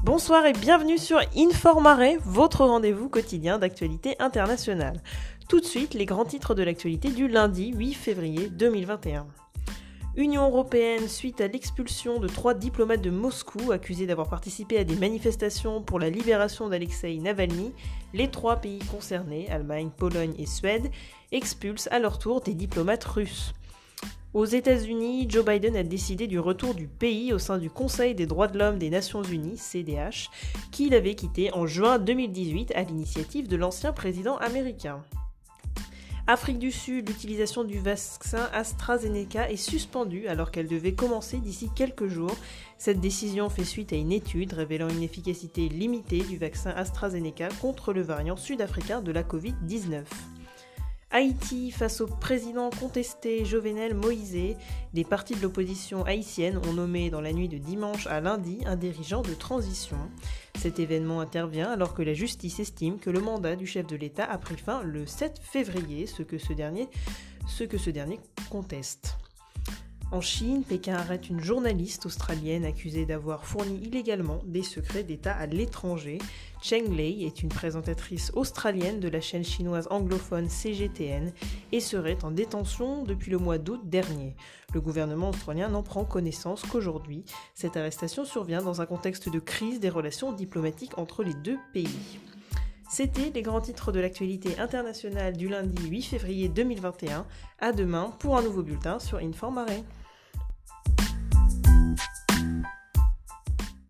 Bonsoir et bienvenue sur Informare, votre rendez-vous quotidien d'actualité internationale. Tout de suite, les grands titres de l'actualité du lundi 8 février 2021. Union européenne suite à l'expulsion de 3 diplomates de Moscou accusés d'avoir participé à des manifestations pour la libération d'Alexeï Navalny, les 3 pays concernés, Allemagne, Pologne et Suède, expulsent à leur tour des diplomates russes. Aux États-Unis, Joe Biden a décidé du retour du pays au sein du Conseil des droits de l'homme des Nations Unies, CDH, qu'il avait quitté en juin 2018 à l'initiative de l'ancien président américain. Afrique du Sud, l'utilisation du vaccin AstraZeneca est suspendue alors qu'elle devait commencer d'ici quelques jours. Cette décision fait suite à une étude révélant une efficacité limitée du vaccin AstraZeneca contre le variant sud-africain de la Covid-19. Haïti, face au président contesté Jovenel Moïse, des partis de l'opposition haïtienne ont nommé dans la nuit de dimanche à lundi un dirigeant de transition. Cet événement intervient alors que la justice estime que le mandat du chef de l'État a pris fin le 7 février, ce que ce dernier conteste. En Chine, Pékin arrête une journaliste australienne accusée d'avoir fourni illégalement des secrets d'État à l'étranger. Cheng Lei est une présentatrice australienne de la chaîne chinoise anglophone CGTN et serait en détention depuis le mois d'août dernier. Le gouvernement australien n'en prend connaissance qu'aujourd'hui. Cette arrestation survient dans un contexte de crise des relations diplomatiques entre les deux pays. C'était les grands titres de l'actualité internationale du lundi 8 février 2021. À demain pour un nouveau bulletin sur Informare.